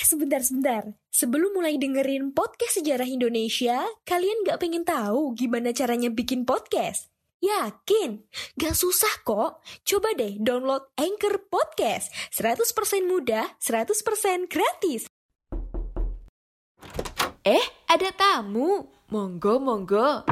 Sebentar. Sebelum mulai dengerin podcast sejarah Indonesia, kalian gak pengen tahu gimana caranya bikin podcast? Yakin? Gak susah kok. Coba deh download Anchor Podcast. 100% mudah, 100% gratis. Ada tamu. Monggo.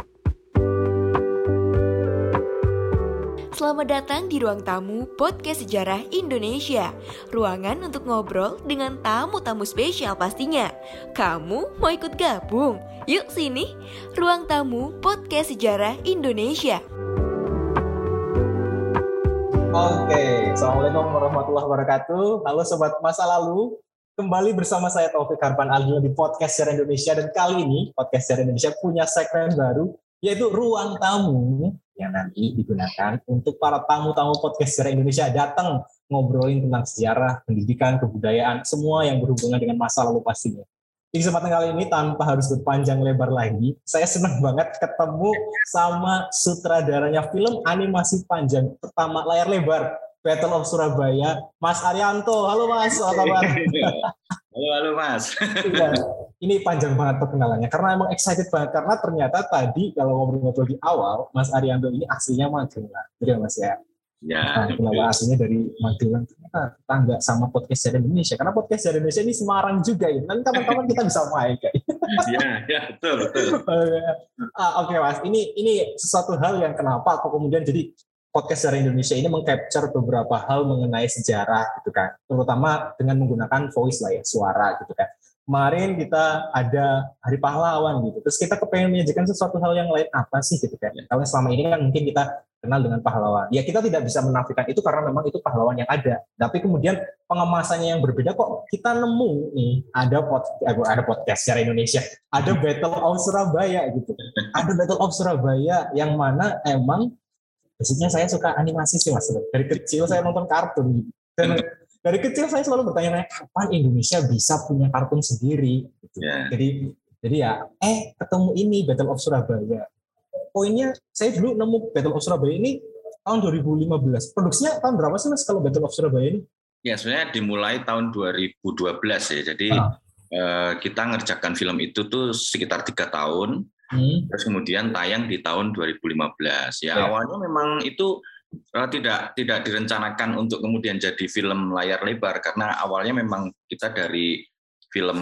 Selamat datang di Ruang Tamu Podcast Sejarah Indonesia. Ruangan untuk ngobrol dengan tamu-tamu spesial pastinya. Kamu mau ikut gabung? Yuk sini, Ruang Tamu Podcast Sejarah Indonesia. Oke, Assalamualaikum warahmatullahi wabarakatuh. Halo Sobat Masa Lalu. Kembali bersama saya Taufik Harpan Aldila di Podcast Sejarah Indonesia. Dan kali ini Podcast Sejarah Indonesia punya segmen baru, yaitu Ruang Tamu, yang nanti digunakan untuk para tamu-tamu Podcast Sejarah Indonesia datang ngobrolin tentang sejarah, pendidikan, kebudayaan, semua yang berhubungan dengan masa lalu pastinya. Di kesempatan kali ini tanpa harus berpanjang lebar lagi, saya senang banget ketemu sama sutradaranya film animasi panjang pertama layar lebar, Battle of Surabaya, Mas Arianto. Halo Mas, apa kabar? Halo Mas. Ya, ini panjang banget perkenalannya karena emang excited banget karena ternyata tadi kalau ngobrol-ngobrol di awal Mas Arianto ini aslinya Magelang, jadi Mas ya. Ya. Kenapa aslinya dari Magelang? Ternyata tetangga sama Podcast Sejarah Indonesia karena Podcast Sejarah Indonesia ini Semarang juga ya. Nanti kapan-kapan kita bisa main kayak. Ya betul. Oke Mas, ini sesuatu hal yang kenapa aku kemudian jadi Podcast Sejarah Indonesia ini mengcapture beberapa hal mengenai sejarah gitu kan, terutama dengan menggunakan voice lah ya, suara gitu kan. Kemarin kita ada Hari Pahlawan gitu, terus kita kepengen menyajikan sesuatu hal yang lain apa sih gitu kan. Kalau selama ini kan mungkin kita kenal dengan pahlawan, ya kita tidak bisa menafikan itu karena memang itu pahlawan yang ada. Tapi kemudian pengemasannya yang berbeda kok kita nemu nih ada podcast Sejarah Indonesia, ada Battle of Surabaya gitu, ada Battle of Surabaya yang mana emang basicnya saya suka animasi sih Mas. Dari kecil saya nonton kartun. Dan dari kecil saya selalu bertanya, kapan Indonesia bisa punya kartun sendiri? Gitu. Yeah. Jadi ya, ketemu ini Battle of Surabaya. Poinnya saya dulu nemu Battle of Surabaya ini tahun 2015. Produksinya tahun berapa sih Mas kalau Battle of Surabaya ini? Ya sebenarnya dimulai tahun 2012 ya. Jadi kita ngerjakan film itu tuh sekitar 3 tahun. Terus kemudian tayang di tahun 2015. Ya awalnya memang itu tidak direncanakan untuk kemudian jadi film layar lebar karena awalnya memang kita dari film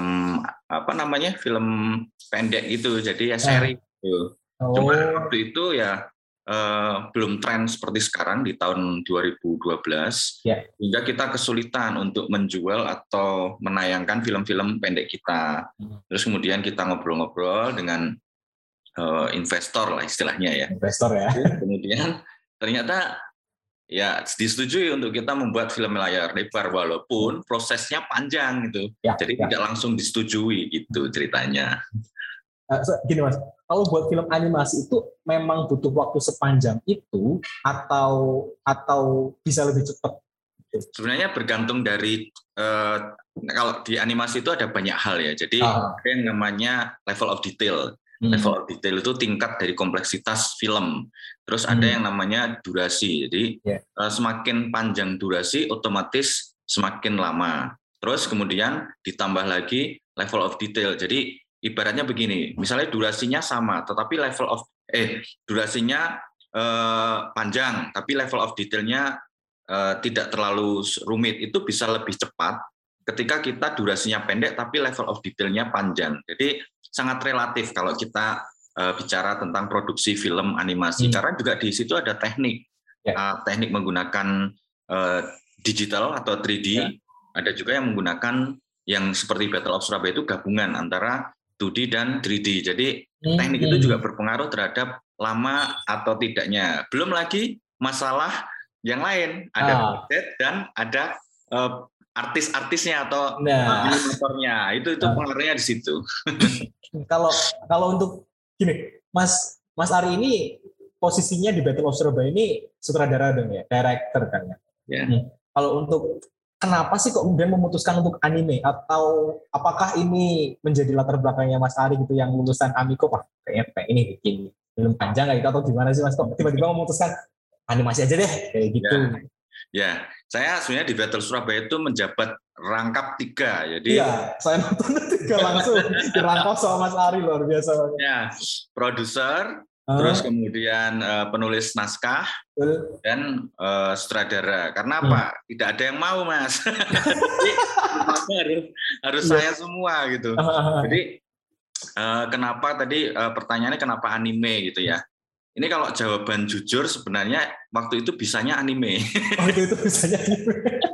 film pendek gitu. Jadi ya seri gitu. Cuma waktu itu ya belum tren seperti sekarang di tahun 2012 hingga kita kesulitan untuk menjual atau menayangkan film-film pendek kita. Terus kemudian kita ngobrol-ngobrol dengan investor lah istilahnya ya. Investor ya. Kemudian ternyata ya disetujui untuk kita membuat film layar lebar walaupun prosesnya panjang gitu. Jadi tidak langsung disetujui gitu ceritanya. Gini Mas, kalau buat film animasi itu memang butuh waktu sepanjang itu atau bisa lebih cepat? Sebenarnya bergantung dari kalau di animasi itu ada banyak hal ya. Jadi ada yang namanya level of detail. Level of detail itu tingkat dari kompleksitas film. Terus ada yang namanya durasi. Jadi semakin panjang durasi, otomatis semakin lama. Terus kemudian ditambah lagi level of detail. Jadi ibaratnya begini, misalnya durasinya sama, tetapi durasinya panjang, tapi level of detailnya tidak terlalu rumit. Itu bisa lebih cepat ketika kita durasinya pendek, tapi level of detailnya panjang. Jadi sangat relatif kalau kita bicara tentang produksi film animasi karena juga di situ ada teknik menggunakan digital atau 3D, ada juga yang menggunakan yang seperti Battle of Surabaya itu gabungan antara 2D dan 3D. Jadi teknik itu juga berpengaruh terhadap lama atau tidaknya. Belum lagi masalah yang lain, ada budget dan ada artis-artisnya atau animatornya, itu pengaruhnya di situ. Kalau untuk gini, Mas Ari ini posisinya di Battle of Surabaya ini sutradara dong ya, director kan ya. Kalau untuk kenapa sih kok kemudian memutuskan untuk anime, atau apakah ini menjadi latar belakangnya Mas Ari gitu yang lulusan Amiko, kayaknya ini bikin film panjang gitu, atau gimana sih Mas kok tiba-tiba memutuskan animasi aja deh kayak gitu? Ya, saya sebenarnya di Battle Surabaya itu menjabat rangkap 3. Jadi iya, saya nonton 3 langsung dirangkap sama Mas Ari, luar biasa. Ya, produser, terus kemudian penulis naskah dan sutradara. Karena apa? Tidak ada yang mau, Mas. Jadi harus saya semua gitu. Jadi kenapa tadi pertanyaannya kenapa anime gitu ya? Ini kalau jawaban jujur sebenarnya waktu itu bisanya anime. Waktu itu bisanya anime.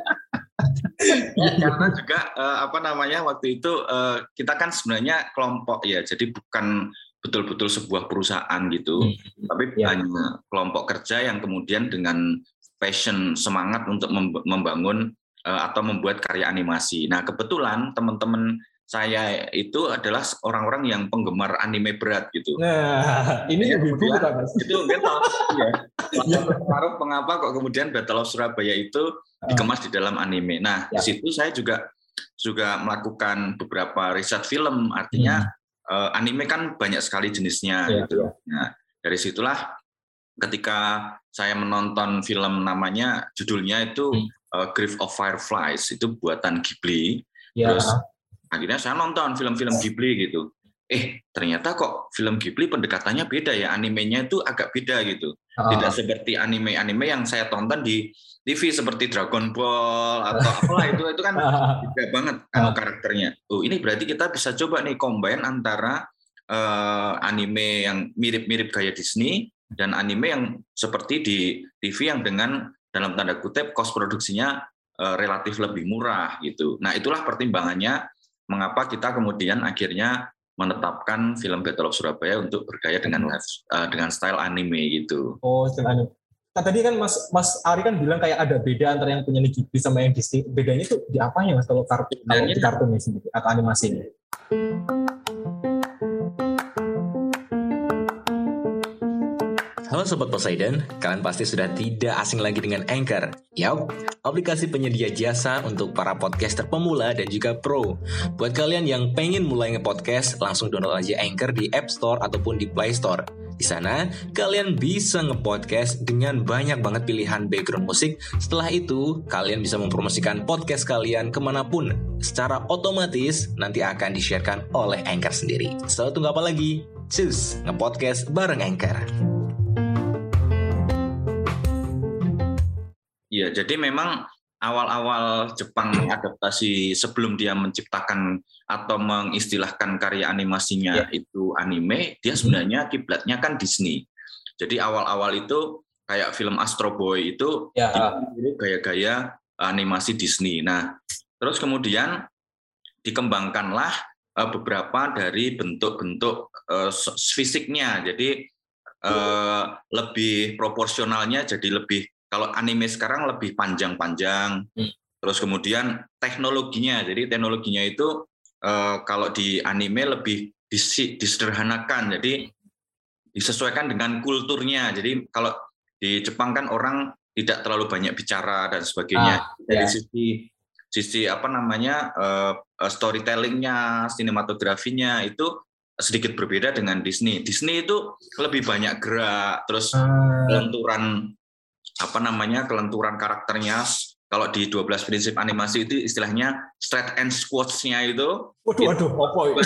Karena juga waktu itu kita kan sebenarnya kelompok ya, jadi bukan betul-betul sebuah perusahaan gitu, tapi hanya kelompok kerja yang kemudian dengan passion, semangat untuk membangun atau membuat karya animasi. Nah kebetulan teman-teman saya itu adalah orang-orang yang penggemar anime berat gitu. Nah, ini ya, ibu Mas. Itu mungkin ya. Mengapa kok kemudian Battle of Surabaya itu dikemas di dalam anime. Nah, di situ saya juga melakukan beberapa riset film, artinya anime kan banyak sekali jenisnya gitu. Nah, dari situlah ketika saya menonton film namanya judulnya itu Grave of Fireflies, itu buatan Ghibli. Terus akhirnya saya nonton film-film Ghibli gitu. Ternyata kok film Ghibli pendekatannya beda ya, animenya itu agak beda gitu. Tidak seperti anime-anime yang saya tonton di TV seperti Dragon Ball atau apalah itu kan beda banget karakternya. Ini berarti kita bisa coba nih combine antara anime yang mirip-mirip gaya Disney dan anime yang seperti di TV yang dengan dalam tanda kutip cost produksinya relatif lebih murah gitu. Nah, itulah pertimbangannya mengapa kita kemudian akhirnya menetapkan film Battle of Surabaya untuk bergaya dengan style anime gitu. Oh, style anime. Nah, tadi kan Mas Ari kan bilang kayak ada beda antara yang punya Ghibli sama yang Disney. Bedanya itu di apanya, Mas, kalau di kartun ini sendiri atau animasi ini? Halo Sobat Poseidon, kalian pasti sudah tidak asing lagi dengan Anchor. Yap, aplikasi penyedia jasa untuk para podcaster pemula dan juga pro. Buat kalian yang pengen mulai nge-podcast, langsung download aja Anchor di App Store ataupun di Play Store. Di sana, kalian bisa nge-podcast dengan banyak banget pilihan background musik. Setelah itu, kalian bisa mempromosikan podcast kalian kemanapun. Secara otomatis, nanti akan di-sharekan oleh Anchor sendiri. So, tunggu apa lagi? Cus, nge-podcast bareng Anchor. Ya, jadi memang awal-awal Jepang mengadaptasi sebelum dia menciptakan atau mengistilahkan karya animasinya itu anime, dia sebenarnya kiblatnya kan Disney. Jadi awal-awal itu kayak film Astro Boy itu gaya-gaya animasi Disney. Nah, terus kemudian dikembangkanlah beberapa dari bentuk-bentuk fisiknya. Jadi lebih proporsionalnya jadi lebih. Kalau anime sekarang lebih panjang-panjang, terus kemudian teknologinya, jadi teknologinya itu kalau di anime lebih disederhanakan, jadi disesuaikan dengan kulturnya. Jadi kalau di Jepang kan orang tidak terlalu banyak bicara dan sebagainya. Dari sisi storytellingnya, sinematografinya itu sedikit berbeda dengan Disney. Disney itu lebih banyak gerak, terus kelenturan karakternya. Kalau di 12 prinsip animasi itu istilahnya straight and squats-nya itu. Waduh, apa itu?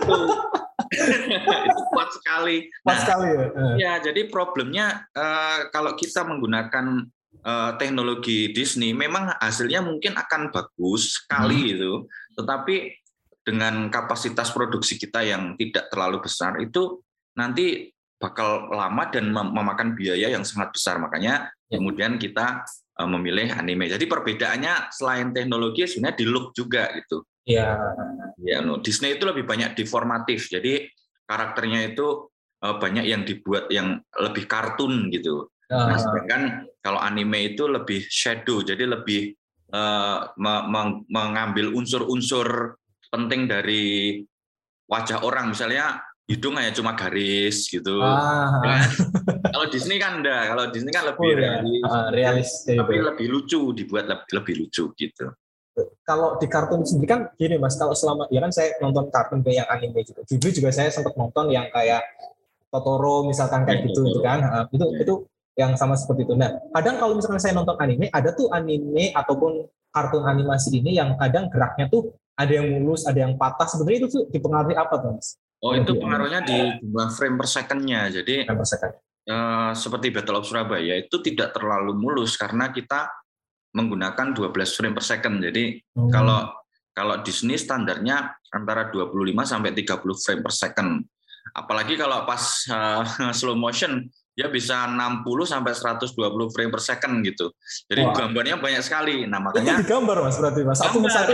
Itu kuat sekali. Kuat sekali ya. Ya, jadi problemnya kalau kita menggunakan teknologi Disney, memang hasilnya mungkin akan bagus sekali itu, tetapi dengan kapasitas produksi kita yang tidak terlalu besar itu nanti bakal lama dan memakan biaya yang sangat besar. Makanya kemudian kita memilih anime. Jadi perbedaannya selain teknologi sebenarnya di look juga gitu. Iya. Disney itu lebih banyak deformatif. Jadi karakternya itu banyak yang dibuat yang lebih kartun gitu. Nah, sedangkan kalau anime itu lebih shadow. Jadi lebih mengambil unsur-unsur penting dari wajah orang. Misalnya hidung hanya cuma garis gitu. Kalau Disney kan enggak. Kalau Disney kan lebih realis, tapi lebih lucu, dibuat lebih lucu gitu. Kalau di kartun sendiri kan gini Mas, kalau selama ya kan saya nonton kartun kayak yang anime gitu. Ghibli juga saya sempat nonton yang kayak Totoro misalkan kayak gitu kan. Itu yang sama seperti itu. Nah, kadang kalau misalkan saya nonton anime, ada tuh anime ataupun kartun animasi ini yang kadang geraknya tuh ada yang mulus, ada yang patah. Sebenarnya itu tuh dipengaruhi apa tuh, Mas? Oh, itu pengaruhnya di jumlah frame per second-nya. Jadi Frame per second. Seperti Battle of Surabaya itu tidak terlalu mulus karena kita menggunakan 12 frame per second. Jadi kalau Disney standarnya antara 25 sampai 30 frame per second. Apalagi kalau pas slow motion dia bisa 60 sampai 120 frame per second gitu. Jadi gambarnya banyak sekali. Nah, makanya itu digambar Mas berarti Mas. Satu persatu.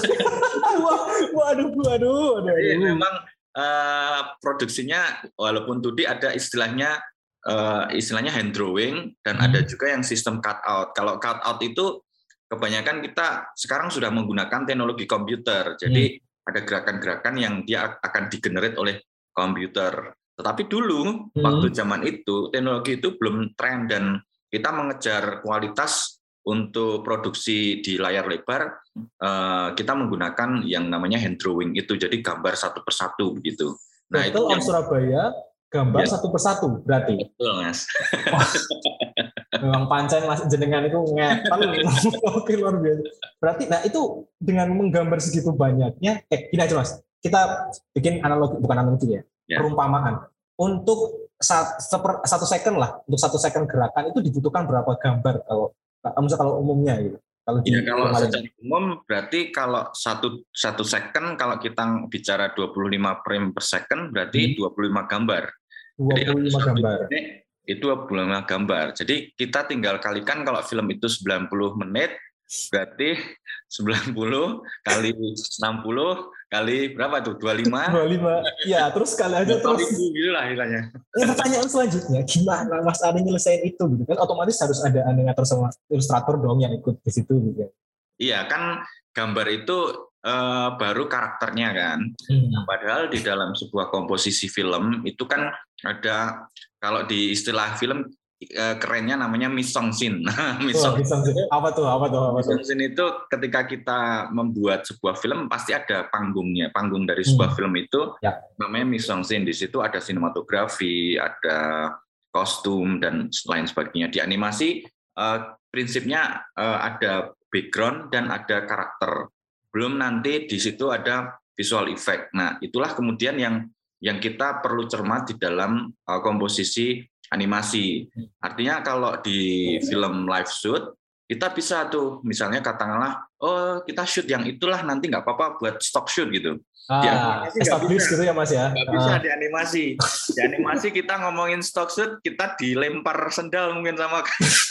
Waduh. Jadi memang produksinya walaupun 2D ada istilahnya hand drawing dan ada juga yang sistem cut out. Kalau cut out itu kebanyakan kita sekarang sudah menggunakan teknologi komputer. Jadi ada gerakan-gerakan yang dia akan digenerate oleh komputer. Tetapi dulu waktu zaman itu teknologi itu belum tren dan kita mengejar kualitas untuk produksi di layar lebar. Kita menggunakan yang namanya hand drawing itu, jadi gambar satu persatu begitu. Nah, itu yang Surabaya gambar satu persatu berarti. Betul, Mas. Memang pancen Mas jenengan itu ngepel. Oke, luar biasa. Berarti nah itu dengan menggambar segitu banyaknya, gini aja Mas. Kita bikin analogi, bukan analogi ya. Perumpamaan. Untuk satu second lah, untuk 1 second gerakan itu dibutuhkan berapa gambar kalau umumnya gitu. Kalau secara umum berarti kalau satu second kalau kita bicara 25 frame per second berarti 25 gambar. 25 gambar. Itu 25 gambar. Jadi kita tinggal kalikan kalau film itu 90 menit berarti 90 kali 60 kali berapa tuh? 25? 25. Ya, terus kali aja terus. Gitu lah istilahnya. Pertanyaan selanjutnya, gimana Mas Ari nyelesain itu gitu kan? Otomatis harus ada animator sama ilustrator dong yang ikut di situ gitu. Iya, kan gambar itu baru karakternya kan. Nah, padahal di dalam sebuah komposisi film itu kan ada, kalau di istilah film kerennya namanya mise en scene. Mise en scene. Apa tuh? Mise en scene itu ketika kita membuat sebuah film pasti ada panggungnya. Panggung dari sebuah film itu namanya mise en scene. Di situ ada sinematografi, ada kostum dan lain sebagainya. Di animasi prinsipnya ada background dan ada karakter. Belum nanti di situ ada visual effect. Nah, itulah kemudian yang kita perlu cermat di dalam komposisi animasi. Artinya kalau di film live shoot, kita bisa tuh misalnya katakanlah, kita shoot yang itulah nanti nggak apa-apa buat stock shoot gitu. Di animasi nggak bisa gitu ya Mas ya? Nggak bisa di animasi. Di animasi kita ngomongin stock shoot, kita dilempar sendal mungkin sama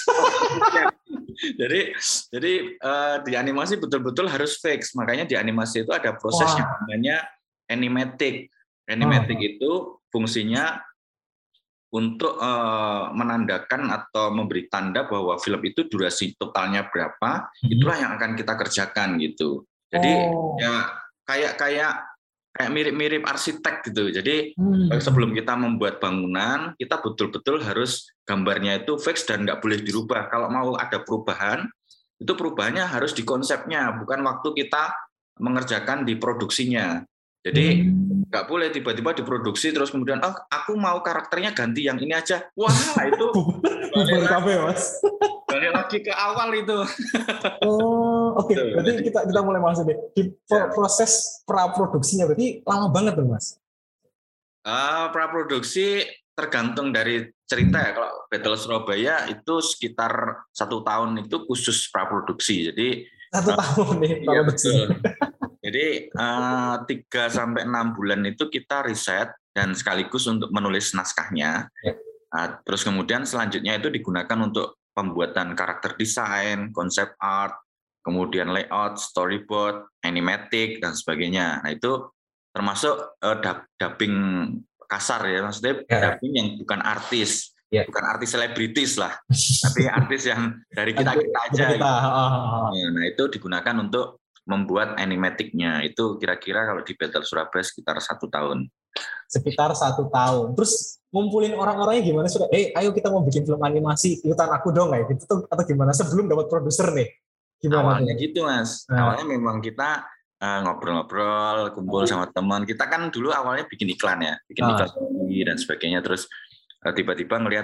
Jadi di animasi betul-betul harus fix. Makanya di animasi itu ada proses yang namanya animatic. Animatic itu fungsinya untuk menandakan atau memberi tanda bahwa film itu durasi totalnya berapa, itulah yang akan kita kerjakan gitu. Jadi ya kayak mirip-mirip arsitek gitu. Jadi sebelum kita membuat bangunan, kita betul-betul harus gambarnya itu fix dan nggak boleh dirubah. Kalau mau ada perubahan, itu perubahannya harus di konsepnya, bukan waktu kita mengerjakan di produksinya. Jadi nggak boleh tiba-tiba diproduksi terus kemudian aku mau karakternya ganti yang ini aja. Wah, itu balik lagi ke awal itu. Oke. Berarti kita mulai masuk deh. Proses praproduksinya berarti lama banget tuh Mas. Praproduksi tergantung dari cerita ya. Kalau Battle Surabaya itu sekitar 1 tahun itu khusus praproduksi. Jadi 1 tahun nih praproduksi. Jadi 3-6 bulan itu kita riset dan sekaligus untuk menulis naskahnya. Terus kemudian selanjutnya itu digunakan untuk pembuatan karakter desain, konsep art, kemudian layout, storyboard, animatic dan sebagainya. Nah itu termasuk dubbing kasar ya, maksudnya dubbing yang bukan artis. Bukan artis selebritis lah, tapi artis yang dari kita aja. Nah itu digunakan untuk membuat animatiknya. Itu kira-kira kalau di Battle Surabaya sekitar 1 tahun. Sekitar 1 tahun. Terus ngumpulin orang-orangnya gimana? Ayo kita mau bikin film animasi, ikutan aku dong kayak gitu atau gimana? Sebelum dapat produser nih. Gimana? Awalnya gitu Mas. Awalnya memang kita ngobrol-ngobrol, kumpul sama teman. Kita kan dulu awalnya bikin iklan ya, bikin iklan dan sebagainya. Terus tiba-tiba ngelihat,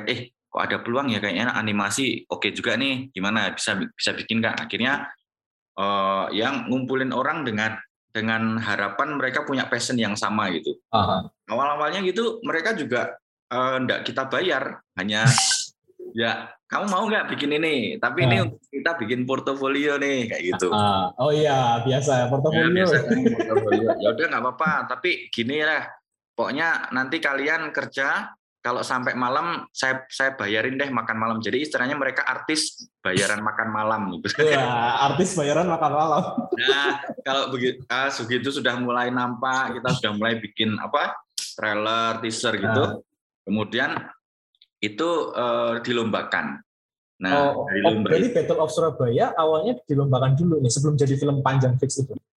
kok ada peluang ya kayaknya animasi oke juga nih, gimana bisa bikin nggak? Akhirnya yang ngumpulin orang dengan harapan mereka punya passion yang sama gitu. Awal-awalnya gitu mereka juga nggak kita bayar, hanya ya kamu mau nggak bikin ini, tapi ini untuk kita bikin portofolio nih kayak gitu. Oh iya, biasa portofolio. Ya, biasa portofolio. Ya udah nggak apa-apa, tapi gini lah, pokoknya nanti kalian kerja, kalau sampai malam saya bayarin deh makan malam. Jadi istilahnya mereka artis bayaran makan malam gitu. Ya, artis bayaran makan malam. Nah, kalau begitu sudah mulai nampak, kita sudah mulai bikin trailer, teaser gitu. Kemudian itu dilombakan. Nah, berarti Battle of Surabaya awalnya dilombakan dulu nih sebelum jadi film panjang fix itu.